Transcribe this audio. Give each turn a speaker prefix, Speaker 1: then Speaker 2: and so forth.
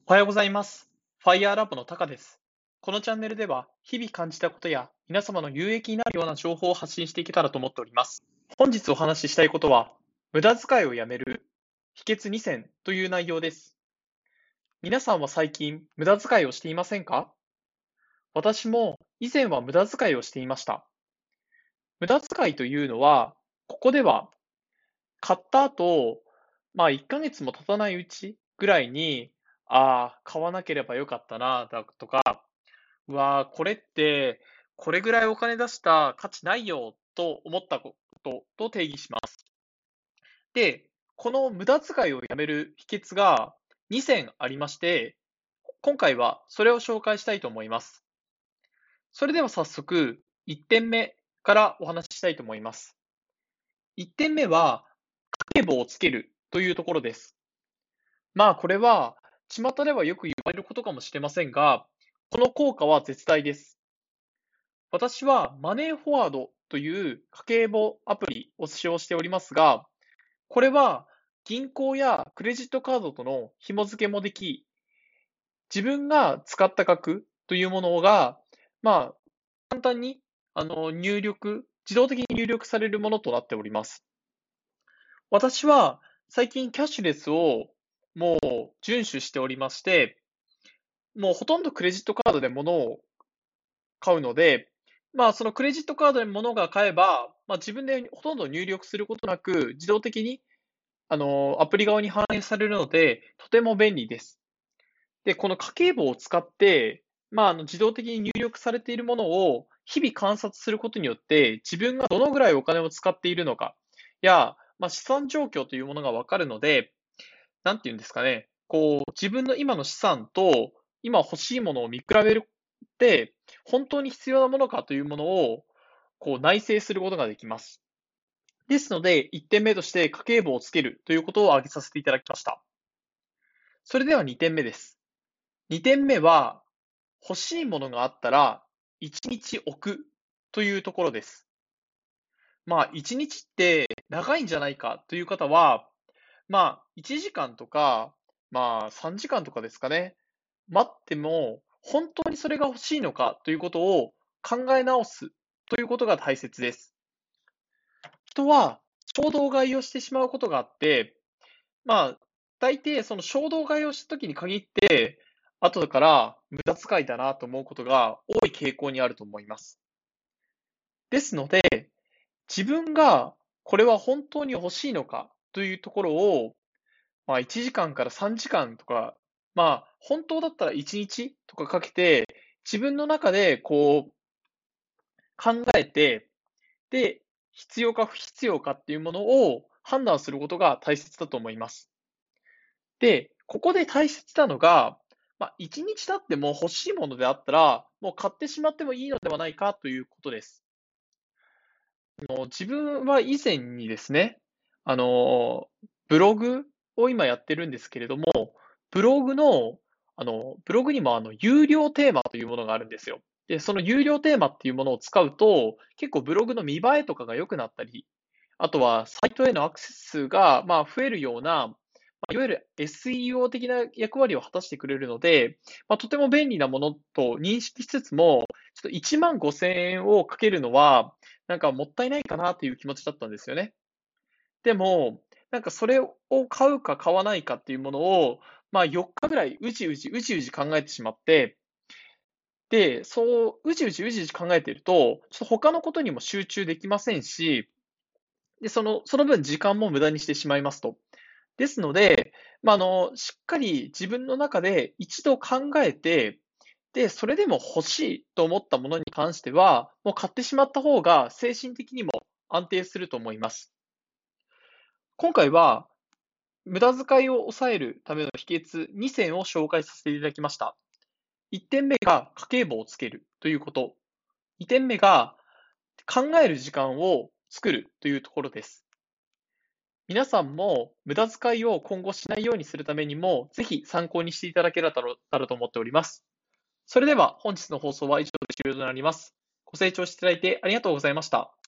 Speaker 1: おはようございます。ファイヤーラボのタカです。このチャンネルでは、日々感じたことや皆様の有益になるような情報を発信していけたらと思っております。本日お話ししたいことは、無駄遣いをやめる秘訣2選という内容です。皆さんは最近無駄遣いをしていませんか？私も以前は無駄遣いをしていました。無駄遣いというのは、ここでは買った後、1ヶ月も経たないうちぐらいに、買わなければよかったな、だとか、うわー、これって、これぐらいお金出した価値ないよと思ったことと定義します。で、この無駄遣いをやめる秘訣が2選ありまして、今回はそれを紹介したいと思います。それでは早速、1点目からお話ししたいと思います。1点目は、家計簿をつけるというところです。これは、巷ではよく言われることかもしれませんが、この効果は絶大です。私はマネーフォワードという家計簿アプリを使用しておりますが、これは銀行やクレジットカードとの紐付けもでき、自分が使った額というものが、まあ、簡単に自動的に入力されるものとなっております。私は最近キャッシュレスをもう遵守しておりまして、もうほとんどクレジットカードで物を買うので、そのクレジットカードで物が買えば、自分でほとんど入力することなく、自動的に、アプリ側に反映されるので、とても便利です。で、この家計簿を使って、自動的に入力されているものを日々観察することによって、自分がどのぐらいお金を使っているのかや、資産状況というものがわかるので、なんていうんですかね、自分の今の資産と、今欲しいものを見比べるって、本当に必要なものかというものを、内省することができます。ですので、1点目として家計簿をつけるということを挙げさせていただきました。それでは2点目です。2点目は、欲しいものがあったら、1日置くというところです。1日って長いんじゃないかという方は、1時間とか、3時間とかですかね。待っても、本当にそれが欲しいのかということを考え直すということが大切です。人は衝動買いをしてしまうことがあって、まあ、大抵その衝動買いをした時に限って、後から無駄遣いだなと思うことが多い傾向にあると思います。ですので、自分がこれは本当に欲しいのかというところを、1時間かんから3時間とか、本当だったら1日とかかけて、自分の中で考えて、で、必要か不必要かっていうものを判断することが大切だと思います。で、ここで大切なのが、1日経っても欲しいものであったら、もう買ってしまってもいいのではないかということです。自分は以前にですね、あの、ブログを今やってるんですけれども、ブログの、ブログにも有料テーマというものがあるんですよ。で、その有料テーマっていうものを使うと、結構ブログの見栄えとかが良くなったり、あとはサイトへのアクセス数が、増えるような、いわゆる SEO 的な役割を果たしてくれるので、とても便利なものと認識しつつも、ちょっと1万5千円をかけるのは、なんかもったいないかなという気持ちだったんですよね。でも、なんかそれを買うか買わないかっていうものを、4日ぐらいうじうじ考えてしまって、で、うじうじ考えていると、ちょっと他のことにも集中できませんし、で、その分時間も無駄にしてしまいますと。ですので、しっかり自分の中で一度考えて、で、それでも欲しいと思ったものに関しては、もう買ってしまった方が精神的にも安定すると思います。今回は無駄遣いを抑えるための秘訣2選を紹介させていただきました。1点目が家計簿をつけるということ。2点目が考える時間を作るというところです。皆さんも無駄遣いを今後しないようにするためにも、ぜひ参考にしていただけたらと思っております。それでは本日の放送は以上で終了となります。ご清聴していただいてありがとうございました。